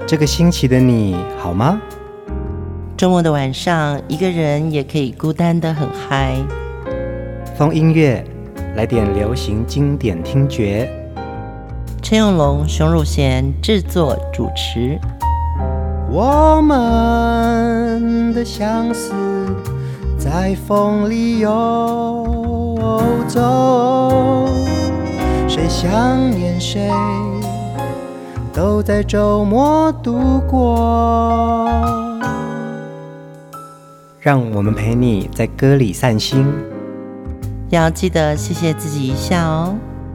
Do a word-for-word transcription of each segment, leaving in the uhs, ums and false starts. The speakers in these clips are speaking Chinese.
这个星期的你好吗？ 周末的晚上，一个人也可以孤单得很嗨。 风音乐，来点流行经典听觉。 陈永龙、熊汝贤制作主持。 我们的相思在风里游走，谁想念谁，都在周末度过。让我们陪你在歌里散心， 要记得谢谢自己一下哦。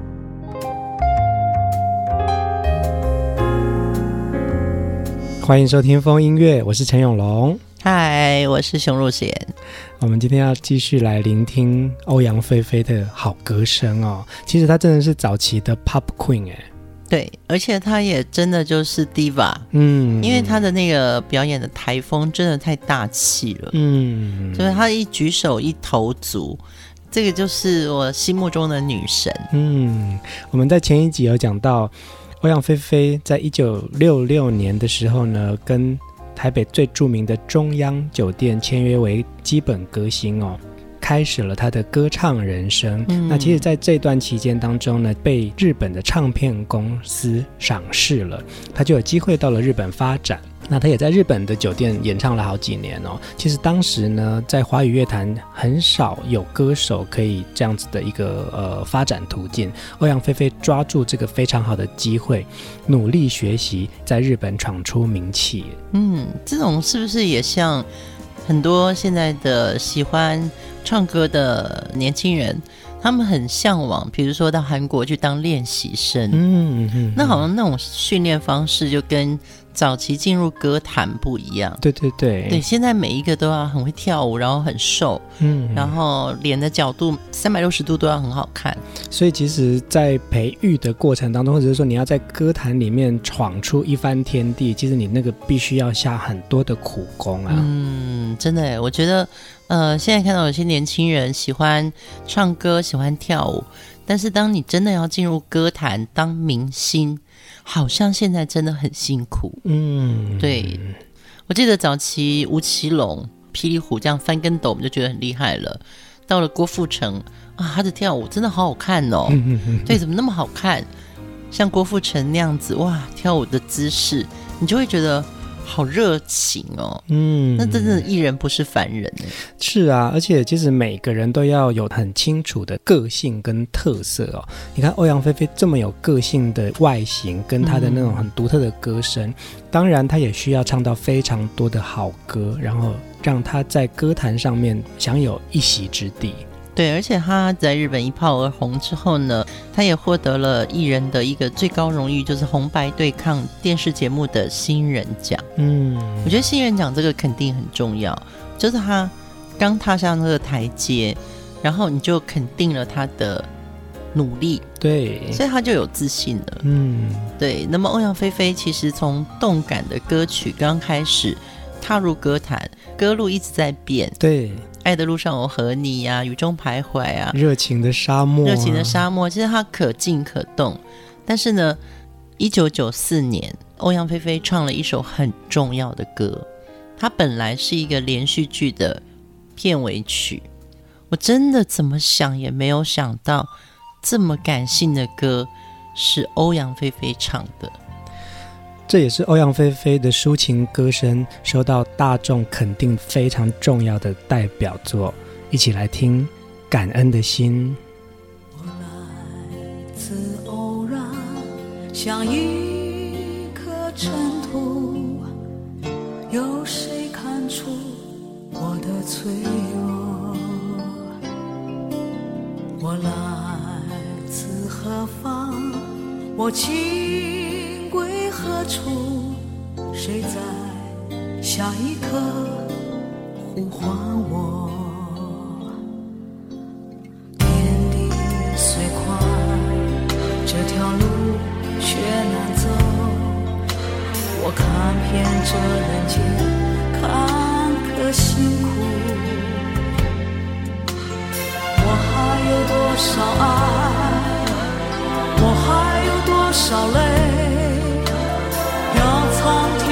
欢迎收听风音乐，我是陈永龙。 嗨，我是熊汝贤。 我们今天要继续来聆听欧阳菲菲的好歌声哦。其实她真的是早期的 Pop Queen 哎。 对，而且她也真的就是 Diva， 嗯，因为她的那个表演的台风真的太大气了，嗯，就是她一举手一投足，这个就是我心目中的女神。嗯， 我们在前一集有讲到，欧阳菲菲在一九六六年的时候呢，跟台北最著名的中央酒店签约为基本歌星哦。开始了他的歌唱人生、嗯、那其实在这段期间当中呢，被日本的唱片公司赏识了，他就有机会到了日本发展。那他也在日本的酒店演唱了好几年哦。其实当时呢，在华语乐坛很少有歌手可以这样子的一个呃发展途径。欧阳菲菲抓住这个非常好的机会，努力学习，在日本闯出名气。 嗯，这种是不是也像很多现在的喜欢唱歌的年轻人，他们很向往比如说到韩国去当练习生，嗯嗯，那好像那种训练方式就跟早期进入歌坛不一样。 对对对对，现在每一个都要很会跳舞，然后很瘦，嗯，然后脸的角度三百六十度都要很好看。 所以其实在培育的过程当中，或者是说你要在歌坛里面闯出一番天地，其实你那个必须要下很多的苦功啊。 嗯，真的耶，我觉得呃，现在看到有些年轻人喜欢唱歌，喜欢跳舞，但是当你真的要进入歌坛当明星，好像现在真的很辛苦。嗯，对，我记得早期吴奇隆、霹雳虎这样翻跟斗，我们就觉得很厉害了。到了郭富城啊，他的跳舞真的好好看哦。对，怎么那么好看？像郭富城那样子，哇，跳舞的姿势，你就会觉得好热情哦。嗯，那真的艺人不是凡人耶。 是啊，而且其实每个人都要有很清楚的个性跟特色哦。你看欧阳菲菲这么有个性的外形跟她的那种很独特的歌声、嗯、当然她也需要唱到非常多的好歌，然后让她在歌坛上面享有一席之地。 对，而且他在日本一炮而红之后呢，他也获得了艺人的一个最高荣誉，就是红白对抗电视节目的新人奖。嗯，我觉得新人奖这个肯定很重要，就是他刚踏上那个台阶，然后你就肯定了他的努力， 对， 所以他就有自信了。嗯，对。那么欧阳菲菲其实从动感的歌曲刚开始踏入歌坛，歌路一直在变。 对， 爱的路上我和你啊，雨中徘徊啊， 热情的沙漠、啊、 热情的沙漠，其实它可进可动。但是呢，一九九四年欧阳菲菲唱了一首很重要的歌，它本来是一个连续剧的片尾曲。我真的怎么想也没有想到，这么感性的歌是欧阳菲菲唱的。 这也是欧阳菲菲的抒情歌声受到大众肯定非常重要的代表作。一起来听《感恩的心》。 我来自偶然，像一颗尘土，有谁看出我的脆弱？我来自何方，我情归何处？谁在下一刻呼唤我？天地虽宽，这条路却难走。我看遍这人间坎坷辛苦，我还有多少爱，我还有多少泪，要苍天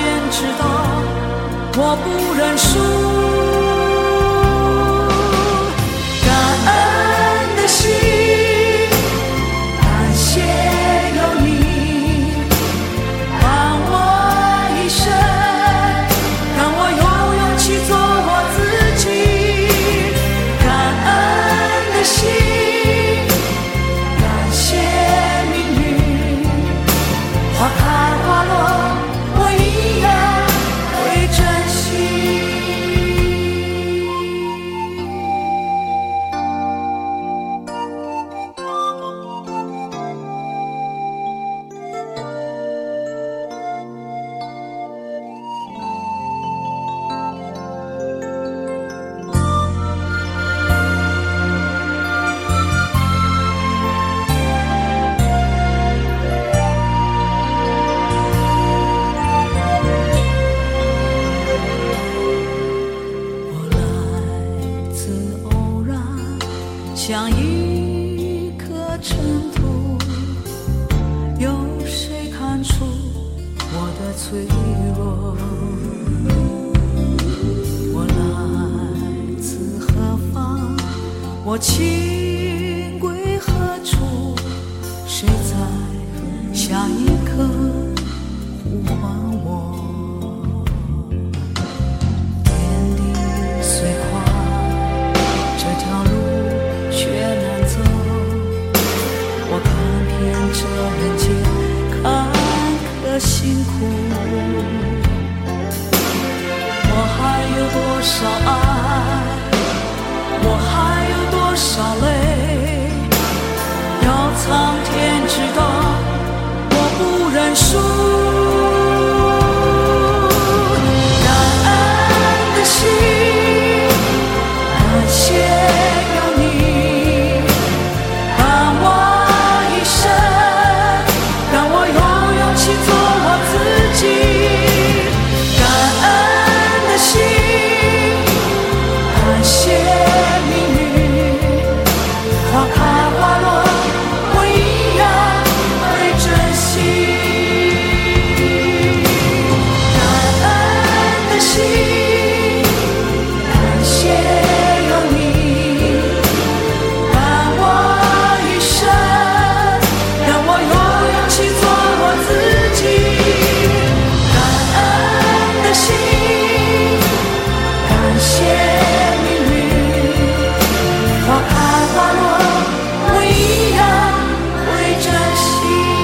不认输。感恩的心，感谢有你伴我一生，让我有勇气做我自己。感恩的心，感谢命运，花开花落，我一样会珍惜。像一颗尘土，有谁看出我的脆弱？我来自何方？我情归何处？谁在下一刻呼唤我？天地虽宽，这条路却难走，我看遍这人间坎坷辛苦，我还有多少爱，我还有多少泪，要苍天知道，我不认输。感恩的心，感谢有你伴我一生，让我有勇气做我自己。感恩的心，感谢命运，花开花落，我一样会珍惜。感恩的心，感谢有你伴我一生，让我有勇气做我自己。感恩的心，感谢命运，花开花落，我一样会珍惜。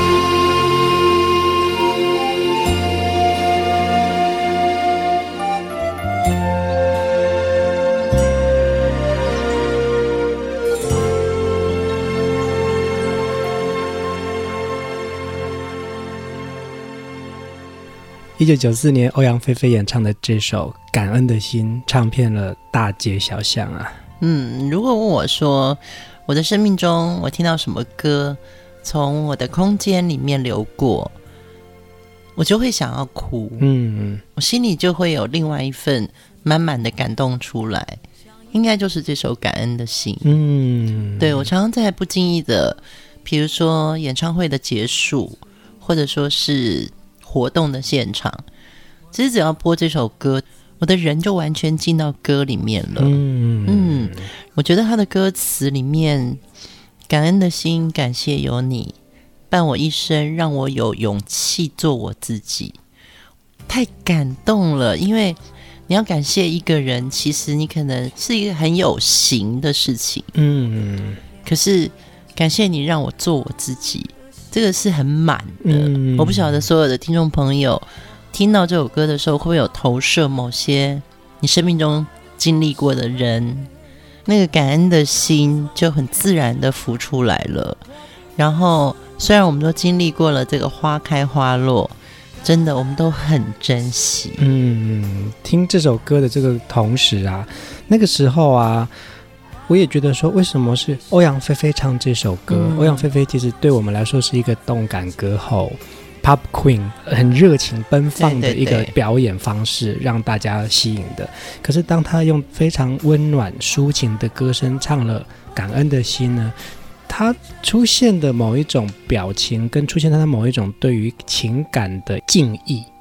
一九九四年，欧阳菲菲演唱的这首《感恩的心》唱遍了大街小巷啊。 嗯，如果问我说，我的生命中我听到什么歌从我的空间里面流过，我就会想要哭。 嗯， 我心里就会有另外一份满满的感动出来，应该就是这首《感恩的心》。 嗯， 对，我常常在不经意的，比如说演唱会的结束，或者说是活动的现场，其实只要播这首歌，我的人就完全进到歌里面了。 嗯嗯，我觉得他的歌词里面，感恩的心，感谢有你伴我一生，让我有勇气做我自己，太感动了。因为你要感谢一个人，其实你可能是一个很有形的事情， 嗯， 可是感谢你让我做我自己，这个是很满的。 嗯， 我不晓得所有的听众朋友听到这首歌的时候，会不会有投射某些你生命中经历过的人，那个感恩的心就很自然的浮出来了。然后虽然我们都经历过了这个花开花落，真的我们都很珍惜。 嗯，听这首歌的这个同时啊，那个时候啊，我也觉得说，为什么是欧阳菲菲唱这首歌？嗯、欧阳菲菲其实对我们来说是一个动感歌后 ，Pop Queen， 很热情奔放的一个表演方式，对对对，让大家吸引的。可是当她用非常温暖抒情的歌声唱了《感恩的心》呢，她出现的某一种表情，跟出现她的某一种对于情感的敬意，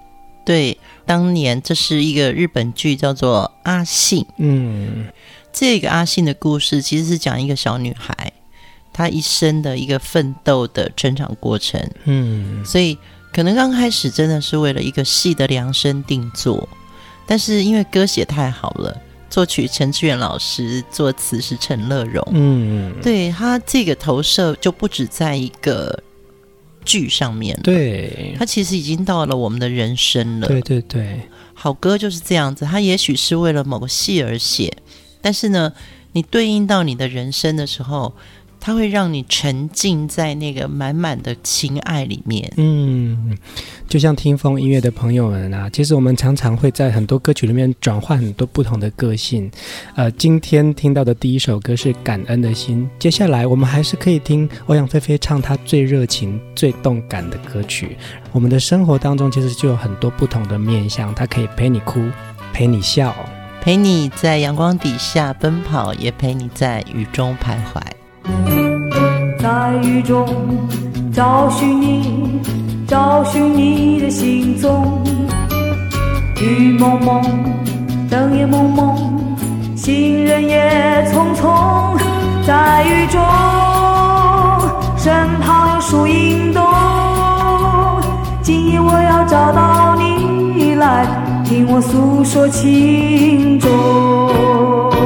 对，当年这是一个日本剧叫做《阿信》， 嗯， 这个阿信的故事其实是讲一个小女孩她一生的一个奋斗的成长过程， 嗯， 所以可能刚开始真的是为了一个戏的量身定做，但是因为歌写太好了，作曲陈志远老师，作词是陈乐融， 嗯， 对，他这个投射就不止在一个剧上面了， 对， 他其实已经到了我们的人生了。 对对对， 好歌就是这样子，他也许是为了某个戏而写，但是呢，你对应到你的人生的时候，它会让你沉浸在那个满满的情爱里面。 嗯，就像听风音乐的朋友们啊，其实我们常常会在很多歌曲里面转换很多不同的个性。呃，今天听到的第一首歌是《感恩的心》，接下来我们还是可以听欧阳菲菲唱她最热情、最动感的歌曲。我们的生活当中其实就有很多不同的面向，它可以陪你哭，陪你笑， 陪你在阳光底下奔跑，也陪你在雨中徘徊。 在雨中找寻你，找寻你的行踪。雨蒙蒙，灯也蒙蒙，行人也匆匆。在雨中，身旁有树影动。今夜我要找到你来，听我诉说情衷。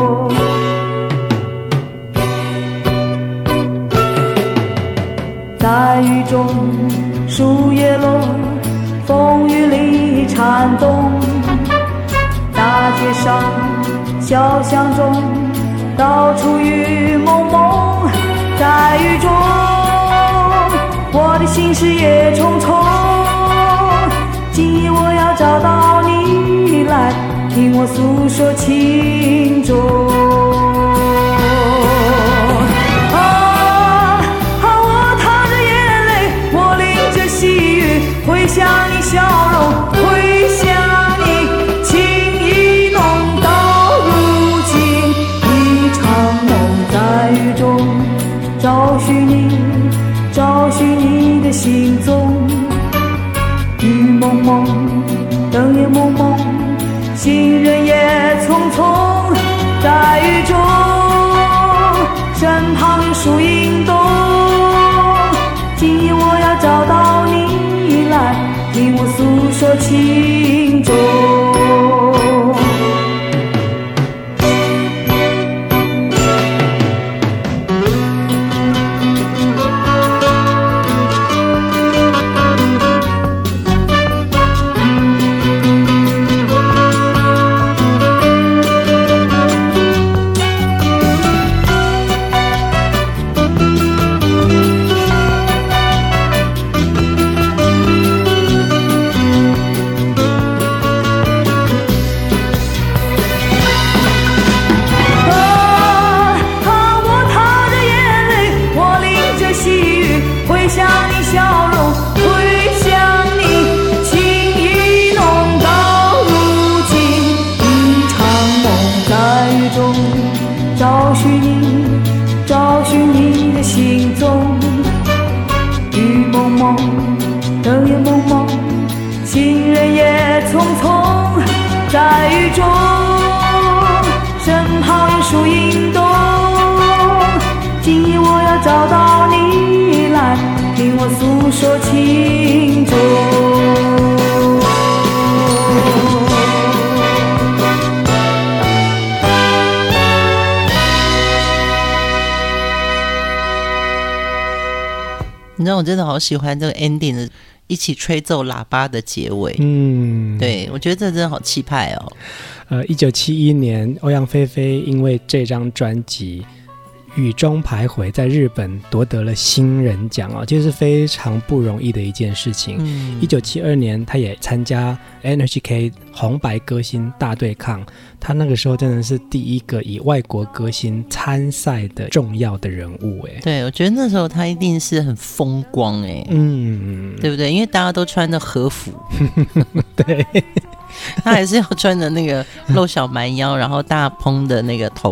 在雨中，树叶落，风雨里颤动。大街上，小巷中，到处雨蒙蒙。在雨中，我的心事也重重。今夜我要找到你来，听我诉说情衷。回想你笑容，回想你情意浓，到如今一场梦。在雨中找寻你，找寻你的行踪。雨蒙蒙，灯也蒙蒙，行人也匆匆。在雨中，身旁有树影动。今夜我要找到你来，听我诉说情衷。找寻你，找寻你的行踪。雨蒙蒙，灯也蒙蒙，行人也匆匆。在雨中，身旁有树影动。今夜我要找到你来，听我诉说情衷。 你知道我真的好喜欢这个 ending 的一起吹奏喇叭的结尾， 嗯， 对，我觉得这真的好气派哦。 呃，一九七一年，欧阳菲菲因为这张专辑《雨中徘徊》在日本夺得了新人奖哦，这是非常不容易的一件事情。一九七二年，他也参加 N H K 红白歌星大对抗，他那个时候真的是第一个以外国歌星参赛的重要的人物哎。 对，我觉得那时候他一定是很风光哎，嗯，对不对？因为大家都穿着和服， 对。 他还是要穿着那个露小蛮腰，然后大蓬的那个头发，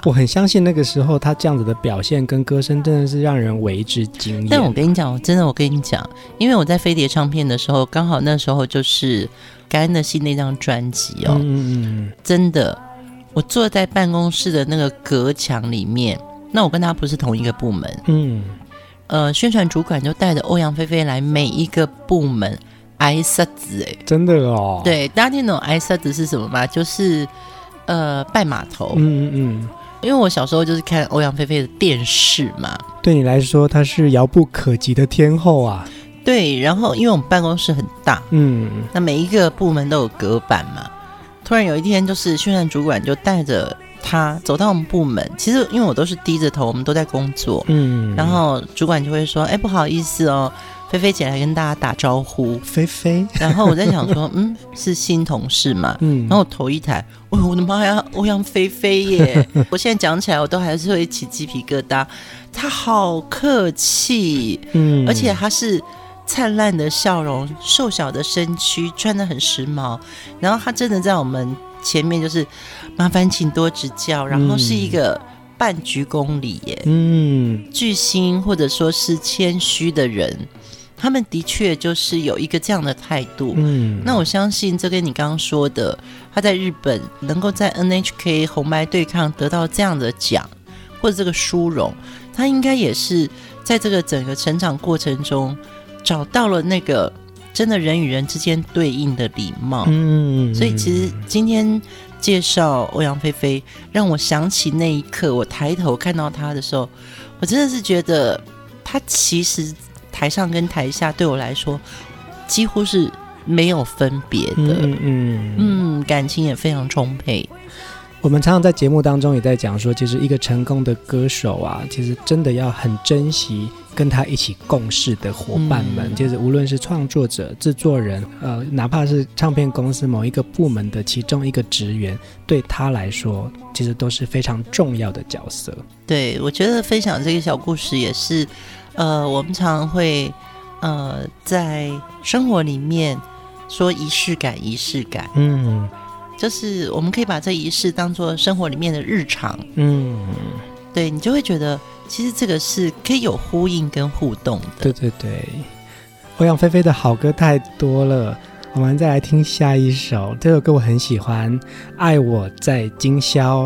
我很相信那个时候他这样子的表现跟歌声真的是让人为之惊艳。 但我跟你讲，真的我跟你讲，因为我在飞碟唱片的时候，刚好那时候就是感恩的心那张专辑哦，嗯嗯，真的，我坐在办公室的那个隔墙里面，那我跟他不是同一个部门，嗯，呃，宣传主管就带着欧阳菲菲来每一个部门挨沙子，哎， 真的哦， 对，大家听懂挨沙子是什么吗？就是呃拜码头，嗯嗯嗯。因为我小时候就是看欧阳菲菲的电视嘛， 对你来说她是遥不可及的天后啊。 对，然后因为我们办公室很大，嗯，那每一个部门都有隔板嘛。突然有一天，就是宣传主管就带着他走到我们部门，其实因为我都是低着头，我们都在工作，嗯，然后主管就会说：“哎，不好意思哦，菲菲姐来跟大家打招呼。” 菲菲， 然后我在想说，嗯，是新同事嘛，嗯，然后我头一抬，哦，我的妈呀，欧阳菲菲耶！我现在讲起来，我都还是会起鸡皮疙瘩。她好客气，嗯，而且她是灿烂的笑容，瘦小的身躯，穿得很时髦，然后她真的在我们前面就是麻烦请多指教，然后是一个半鞠躬礼耶，嗯，巨星或者说是谦虚的人。他们的确就是有一个这样的态度，嗯，那我相信这跟你刚刚说的，他在日本能够在 N H K 红白对抗得到这样的奖或者这个殊荣，他应该也是在这个整个成长过程中找到了那个真的人与人之间对应的礼貌，嗯，所以其实今天介绍欧阳菲菲，让我想起那一刻，我抬头看到她的时候，我真的是觉得她其实台上跟台下对我来说几乎是没有分别的，嗯嗯嗯，感情也非常充沛。 我们常常在节目当中也在讲说，其实一个成功的歌手啊，其实真的要很珍惜跟他一起共事的伙伴们，嗯，就是无论是创作者、制作人，呃，哪怕是唱片公司某一个部门的其中一个职员，对他来说其实都是非常重要的角色。 对，我觉得分享这个小故事也是呃，我们常会呃在生活里面说仪式感，仪式感，嗯，就是我们可以把这仪式当作生活里面的日常，嗯，对，你就会觉得其实这个是可以有呼应跟互动的。 对对对，欧阳菲菲的好歌太多了，我们再来听下一首，这首歌我很喜欢，《爱我在今宵》。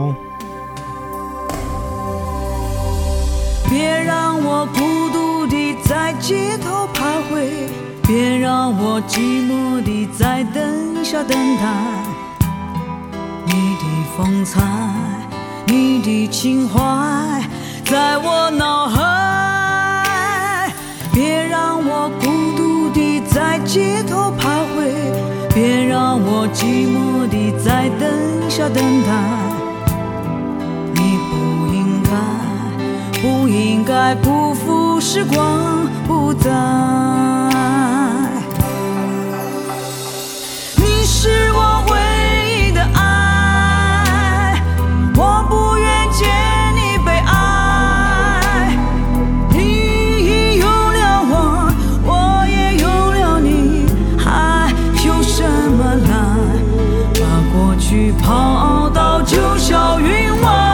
别让我孤独地在街头徘徊，别让我寂寞地在灯下等待你的风采，你的情怀在我脑海。别让我孤独地在街头徘徊，别让我寂寞地在灯下等待你，不应该不应该辜负时光不再。你是我唯一的爱，我不愿见你被爱。你有了我，我也有了你，还有什么难把过去抛到九霄云外。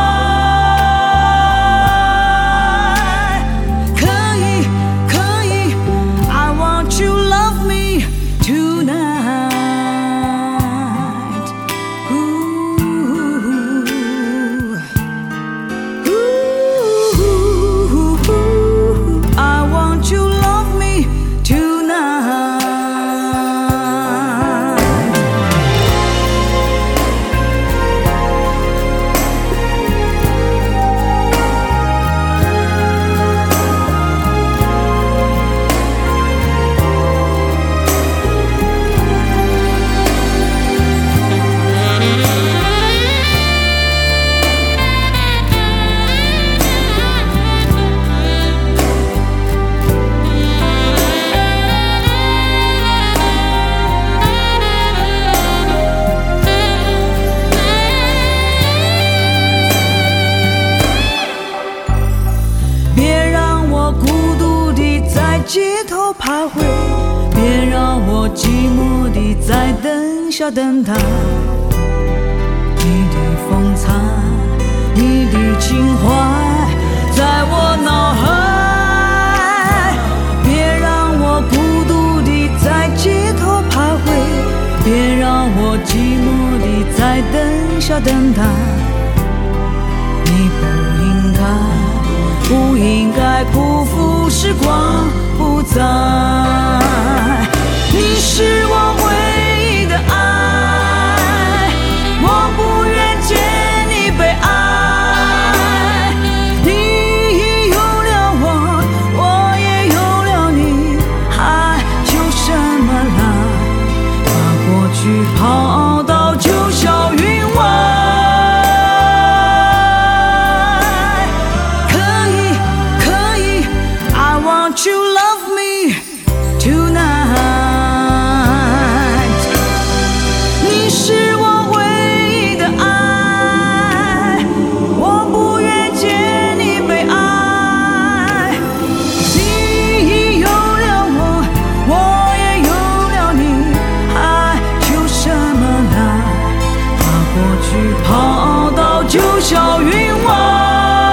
徘徊，别让我寂寞地在灯下等待你的风采，你的情怀在我脑海，别让我孤独地在街头徘徊，别让我寂寞地在灯下等待。你不应该，不应该辜负时光不再，你是我唯一的爱，我不愿见你被爱，你有了我，我也有了你，还求什么来，把过去抛到九霄云外。You love me tonight， 你是我唯一的爱，我不愿见你被爱，你有了我，我也有了你，还求什么来，把过去抛到九霄云外。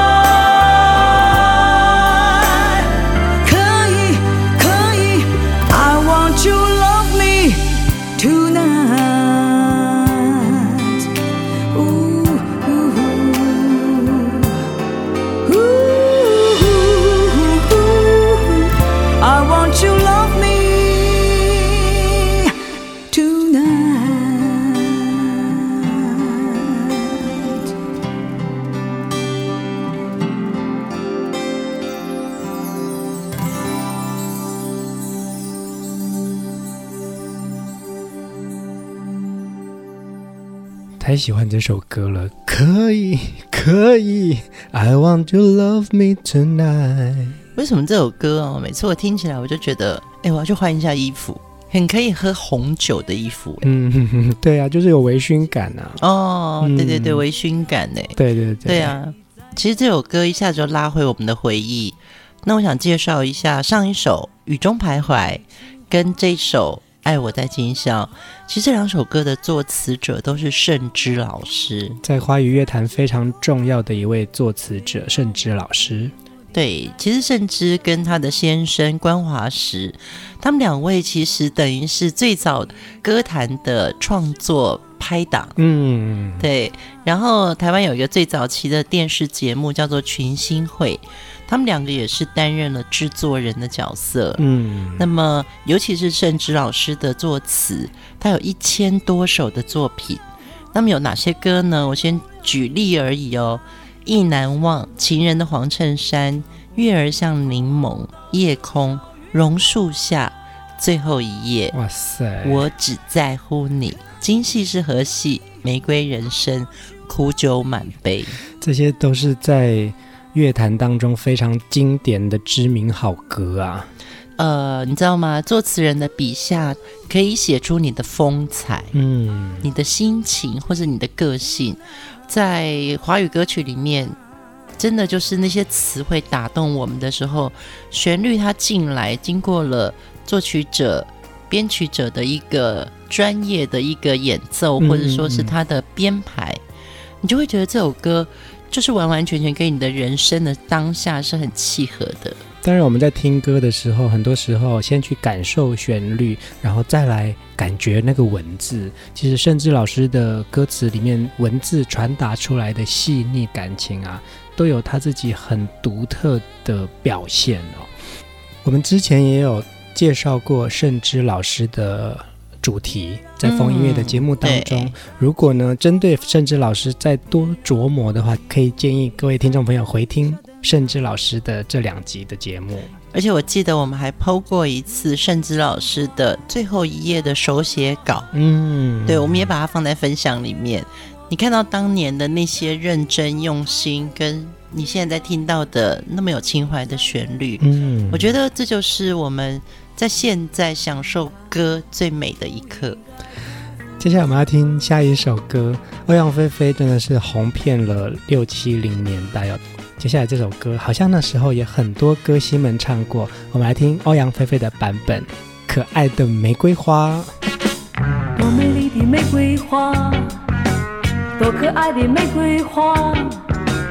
太喜欢这首歌了，可以可以 I want you love me tonight。 为什么这首歌哦，每次我听起来我就觉得哎，我要去换一下衣服，很可以喝红酒的衣服。 嗯，对啊，就是有微醺感啊。 哦，对对对，微醺感哎。 对对对对啊，其实这首歌一下就拉回我们的回忆。那我想介绍一下上一首雨中徘徊跟这首爱我在今宵，其实这两首歌的作词者都是盛之老师， 在华语乐坛非常重要的一位作词者盛之老师。 对，其实盛之跟他的先生关华时，他们两位其实等于是最早歌坛的创作拍档。 嗯， 对。然后台湾有一个最早期的电视节目叫做群星会，他们两个也是担任了制作人的角色。嗯，那么尤其是盛之老师的作词，他有一千多首的作品。那么有哪些歌呢？我先举例而已哦。意难忘、情人的黄衬衫、月儿像柠檬、夜空、榕树下、最后一夜， 哇塞， 我只在乎你，今夕是何夕，玫瑰人生，苦酒满杯， 这些都是在乐坛当中非常经典的知名好歌啊。 呃，你知道吗？作词人的笔下可以写出你的风采，嗯，你的心情或者你的个性。在华语歌曲里面，真的就是那些词会打动我们的时候，旋律它进来，经过了作曲者、编曲者的一个专业的一个演奏，或者说是他的编排，嗯嗯嗯，你就会觉得这首歌就是完完全全跟你的人生的当下是很契合的。 当然我们在听歌的时候，很多时候先去感受旋律，然后再来感觉那个文字。其实盛之老师的歌词里面文字传达出来的细腻感情啊，都有他自己很独特的表现哦。我们之前也有介绍过盛之老师的主题，在风音乐的节目当中，嗯，如果呢针对盛之老师再多琢磨的话，可以建议各位听众朋友回听盛之老师的这两集的节目。 而且我记得我们还 po 过一次盛之老师的最后一页的手写稿，嗯，对，我们也把它放在分享里面。你看到当年的那些认真用心，跟你现在在听到的那么有情怀的旋律，嗯，我觉得这就是我们在现在享受歌最美的一刻。 接下来我们要听下一首歌，欧阳菲菲真的是红遍了六七零年代哦。接下来这首歌好像那时候也很多歌星们唱过，我们来听欧阳菲菲的版本，可爱的玫瑰花。 多美丽的玫瑰花，多可爱的玫瑰花，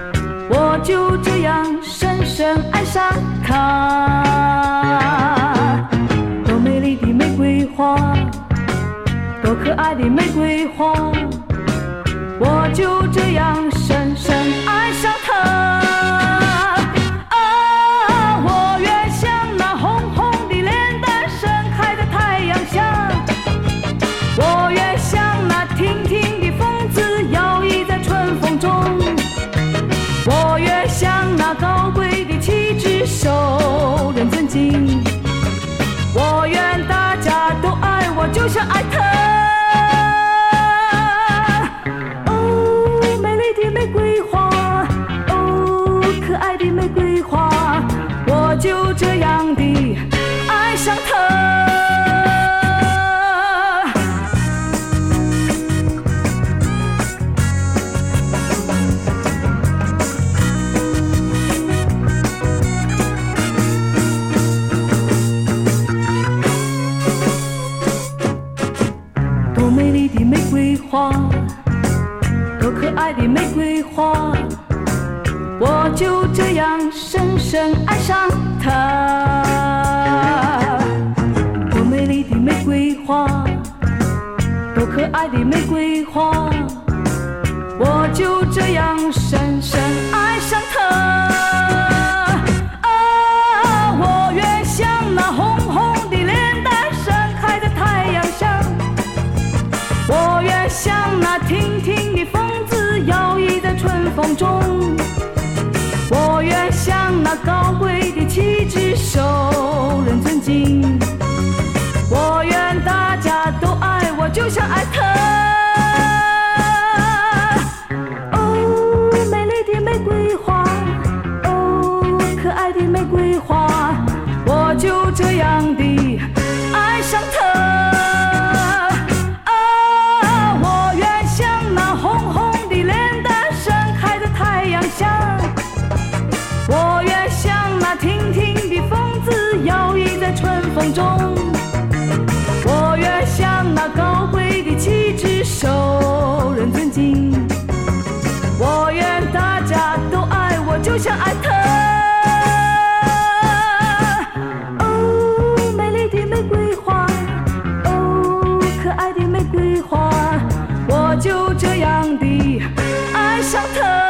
我就这样深深爱上她。多美丽的玫瑰花，多可爱的玫瑰花，我就这样深深爱上她。高贵的气质受人尊敬，我愿大家都爱我，就像爱她。哦，美丽的玫瑰花，哦，可爱的玫瑰花，我就这样的爱上她。花，多可爱的玫瑰花，我就这样深深爱上它。多美丽的玫瑰花，多可爱的玫瑰花，我就这样深深爱上它。啊，我愿像那红红的脸蛋盛开在太阳下，我愿像那挺挺的风姿摇曳在春风中，我愿像那高贵的气质受人尊敬，我愿大家都爱我，就像爱她。哦，美丽的玫瑰花，哦，可爱的玫瑰花，我就这样的爱上她。我愿像那挺挺的风姿摇曳在春风中，我愿像那高贵的气质受人尊敬，我愿大家都爱我，就像爱她。哦，美丽的玫瑰花，哦，可爱的玫瑰花，我就这样的爱上她。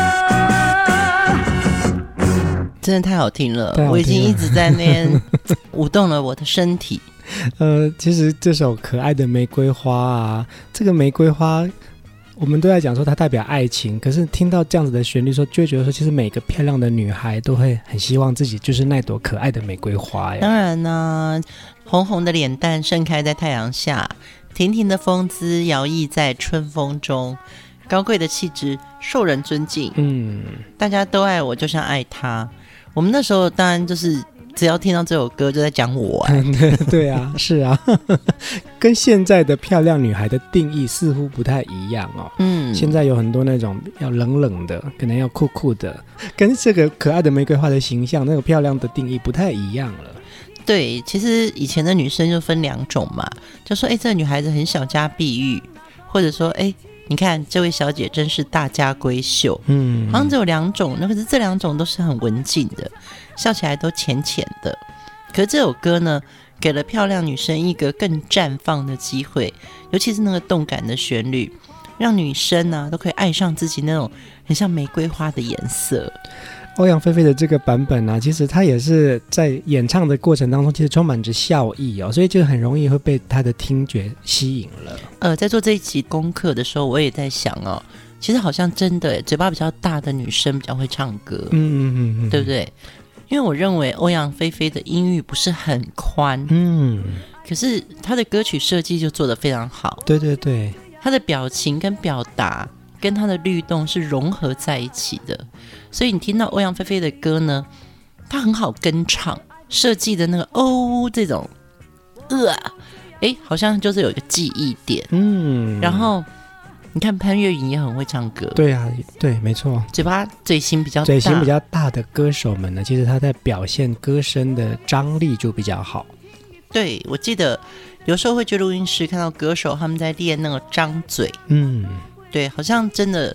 真的太好听了， 太好听了， 我已经一直在那边舞动了我的身体。 呃，其实这首可爱的玫瑰花啊，这个玫瑰花我们都在讲说它代表爱情，可是听到这样子的旋律说，就会觉得说其实每个漂亮的女孩都会很希望自己就是那朵可爱的玫瑰花呀。 当然呢，红红的脸蛋盛开在太阳下，亭亭的风姿摇曳在春风中，高贵的气质受人尊敬， 嗯， 大家都爱我，就像爱他。我们那时候当然就是只要听到这首歌就在讲我、欸、 对对啊，是啊，跟现在的漂亮女孩的定义似乎不太一样哦。嗯，现在有很多那种要冷冷的，可能要酷酷的，跟这个可爱的玫瑰花的形象那个漂亮的定义不太一样了。 对，其实以前的女生就分两种嘛，就说哎，这个女孩子很小家碧玉，或者说哎，你看这位小姐真是大家闺秀，嗯，好像只有两种，那可是这两种都是很文静的，笑起来都浅浅的。可是这首歌呢，给了漂亮女生一个更绽放的机会，尤其是那个动感的旋律，让女生啊都可以爱上自己那种很像玫瑰花的颜色。 欧阳菲菲的这个版本啊，其实她也是在演唱的过程当中，其实充满着笑意哦，所以就很容易会被她的听觉吸引了。 呃，在做这一期功课的时候，我也在想哦，其实好像真的嘴巴比较大的女生比较会唱歌，嗯嗯嗯，对不对？因为我认为欧阳菲菲的音域不是很宽，嗯，可是她的歌曲设计就做得非常好， 对对对， 她的表情跟表达跟她的律动是融合在一起的，所以你听到欧阳菲菲的歌呢，她很好跟唱，设计的那个哦这种呃哎，好像就是有一个记忆点，嗯，然后你看潘越云也很会唱歌， 对啊，对，没错， 嘴巴嘴型比较大， 嘴型比较大的歌手们呢，其实他在表现歌声的张力就比较好。 对，我记得有时候会去录音室看到歌手他们在练那个张嘴，嗯，对，好像真的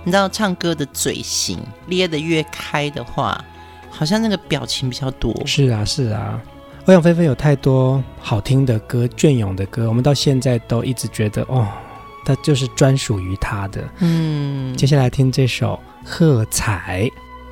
你知道唱歌的嘴型咧得越开的话，好像那个表情比较多。 是啊是啊，欧阳菲菲有太多好听的歌，隽永的歌，我们到现在都一直觉得哦，它就是专属于她的。 嗯， 接下来听这首《喝彩》。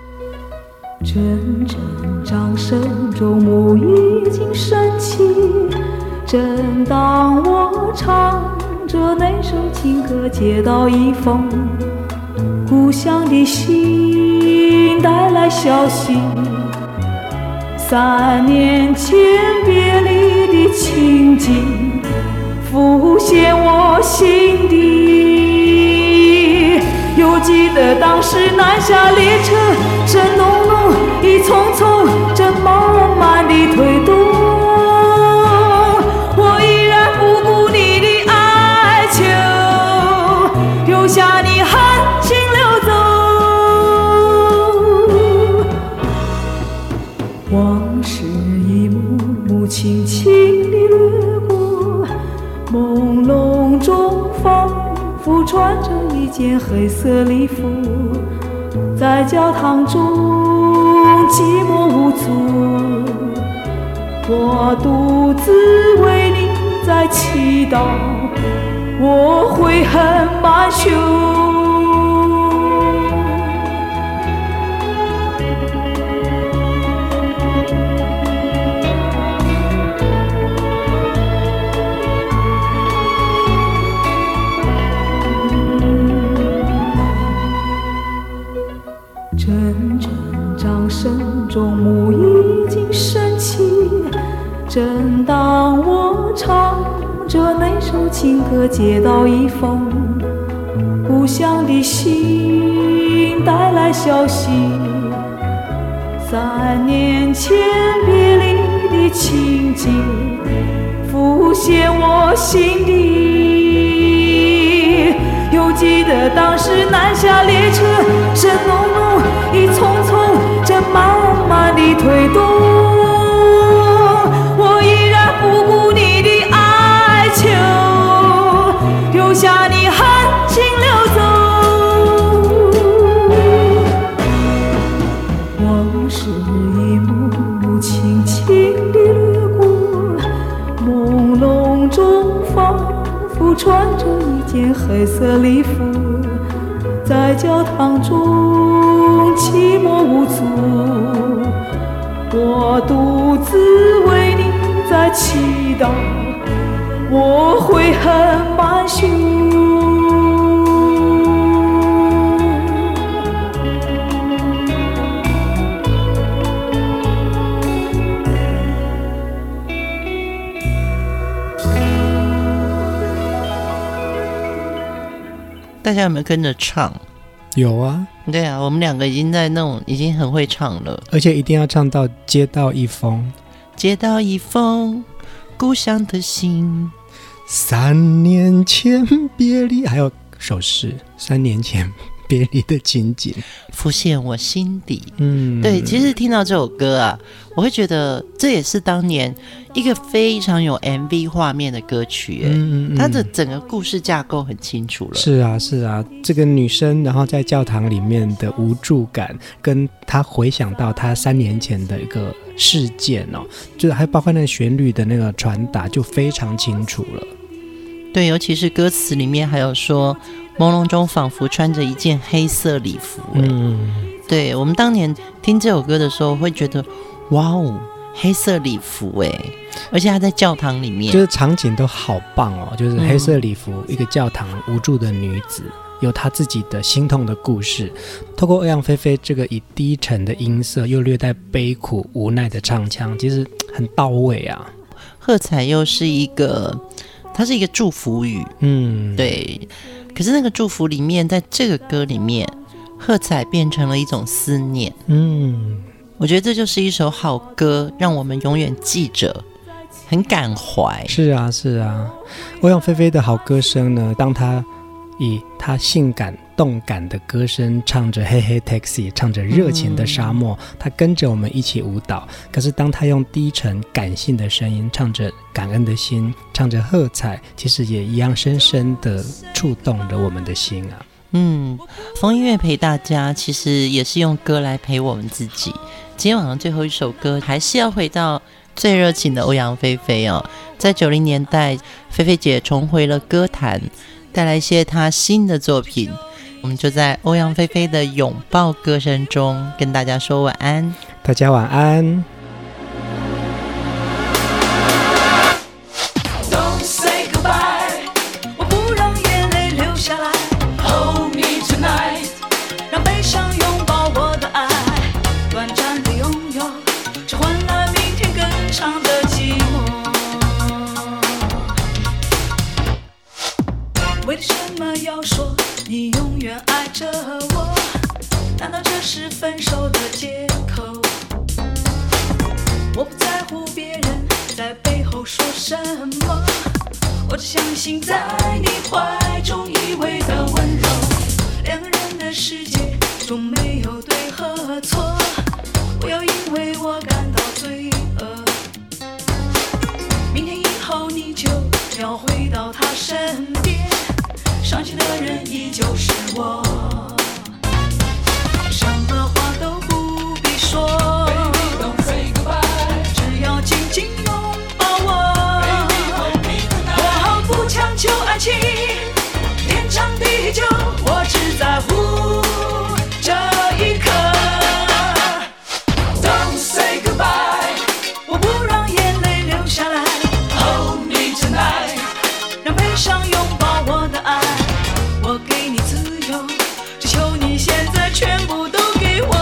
阵阵掌声中幕已经升起，正当我唱着那首情歌，接到一封故乡的信带来消息，三年前别离的情景浮现我心底，又记得当时南下列车声隆隆，一匆匆正慢慢地推动，我依然不顾你的哀求，留下你含情流走，往事一幕幕轻轻地掠过，朦胧中仿佛穿着一件黑色礼服，在教堂中寂寞无助，我独自为你在祈祷，我悔恨满胸。阵阵掌声中幕已经升起，正当我唱着那首情歌，接到一封故乡的信带来消息，三年前别离的情景浮现我心底，又记得当时南下列车声隆隆，一匆匆正慢慢地推动，我依然不顾你的哀求，留下你含情流走，往事一幕幕轻轻地掠过，朦胧中仿佛穿着一件黑色礼服，在教堂中寂寞无助，我独自为你在祈祷，我悔恨满胸。 大家有没有跟着唱？ 有啊， 对啊，我们两个已经在那种已经很会唱了， 而且一定要唱到接到一封， 接到一封故乡的信， 三年前别离，还有手势，三年前别离的情景浮现我心底。 嗯， 对，其实听到这首歌啊，我会觉得这也是当年一个非常有 M V 画面的歌曲，哎、嗯嗯嗯，它的整个故事架构很清楚了。 是啊，是啊，这个女生然后在教堂里面的无助感，跟她回想到她三年前的一个事件哦，就是还包括那个旋律的那个传达就非常清楚了。 对，尤其是歌词里面还有说，朦胧中仿佛穿着一件黑色礼服。嗯，对，我们当年听这首歌的时候会觉得，哇哦，黑色礼服哎，而且他在教堂里面， 就是场景都好棒哦，就是黑色礼服，嗯、一个教堂无助的女子，有她自己的心痛的故事，透过欧阳菲菲这个以低沉的音色又略带悲苦无奈的唱腔，其实很到位啊。 喝彩又是一个，它是一个祝福语，嗯，对。可是那个祝福里面，在这个歌里面，喝彩变成了一种思念，嗯，我觉得这就是一首好歌，让我们永远记着，很感怀。 是啊，是啊，欧阳菲菲的好歌声呢，当她以她性感动感的歌声唱着嘿嘿 taxi， 唱着热情的沙漠，她、嗯、跟着我们一起舞蹈。可是当她用低沉感性的声音唱着感恩的心，唱着喝彩，其实也一样深深的触动了我们的心啊。 嗯，风音乐陪大家，其实也是用歌来陪我们自己。今天晚上最后一首歌，还是要回到最热情的欧阳菲菲哦。在九零年代，菲菲姐重回了歌坛，带来一些她新的作品。我们就在欧阳菲菲的拥抱歌声中，跟大家说晚安。 大家晚安。 为什么要说你永远爱着我？难道这是分手的借口？我不在乎别人在背后说什么，我只相信在你怀中依偎的温柔。两个人的世界中没有对和错，不要因为我感到罪恶。明天以后你就要回到他身边，伤心的人依旧是我，什么话都不必说， Baby, don't say goodbye. 只要紧紧拥抱我， Baby, hold me tonight. 我毫不强求爱情，天长地久，我只在乎这一刻。 Don't say goodbye. 我不让眼泪流下来， Hold me tonight. 让悲伤拥抱我的爱，我给你自由，只求你现在全部都给我。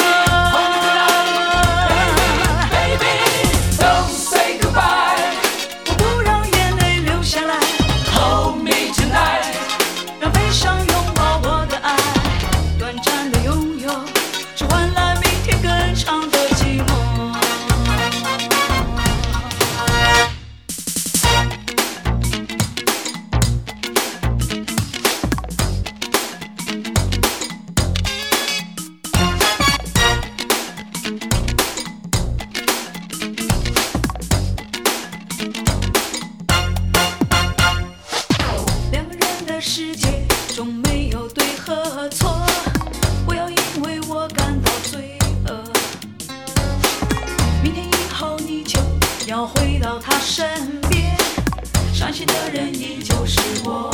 Baby, baby, don't say goodbye. 我不让眼泪流下来， Hold me tonight. 让悲伤拥抱我的爱，短暂的拥有，只换来明天更长的寂寞。两个人的世界中没有对和错，不要因为我感到罪恶。明天以后你就要回到他身边，伤心的人依旧是我，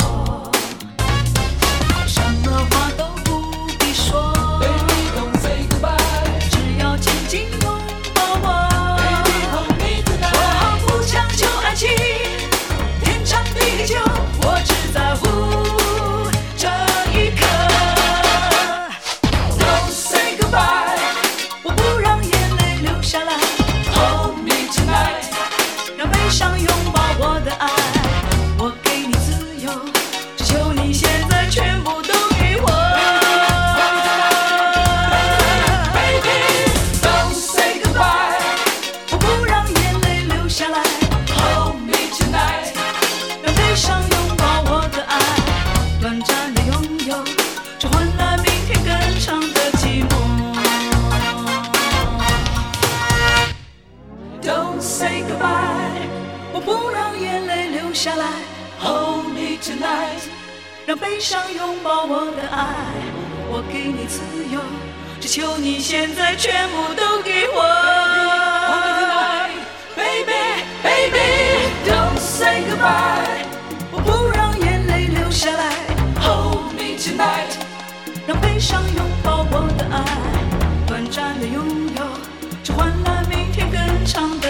什么话都不必说， Baby, don't say goodbye. 只要紧紧拥抱我， Baby, hold me tonight. 我毫不强求爱情，天长地久，我只在乎这一刻。 Don't say goodbye. 我不让眼泪流下来， Hold me tonight. 让悲伤拥抱我的爱，我给你自由，只求你现在全部都给我。 Baby, don't say goodbye. 我不让眼泪流下来， Hold me tonight. 让悲伤拥抱我的爱，短暂的拥有，只换来明天更长的寂寞。 Don't say goodbye. 我不让眼泪流下来， Hold me tonight. 让悲伤拥抱我的爱，我给你自由，只求你现在全部都给我。 Baby, baby, don't say goodbye. 我不让眼泪流下来， Hold me tonight. 让悲伤拥抱我的爱，短暂的拥有，只换来明天更长的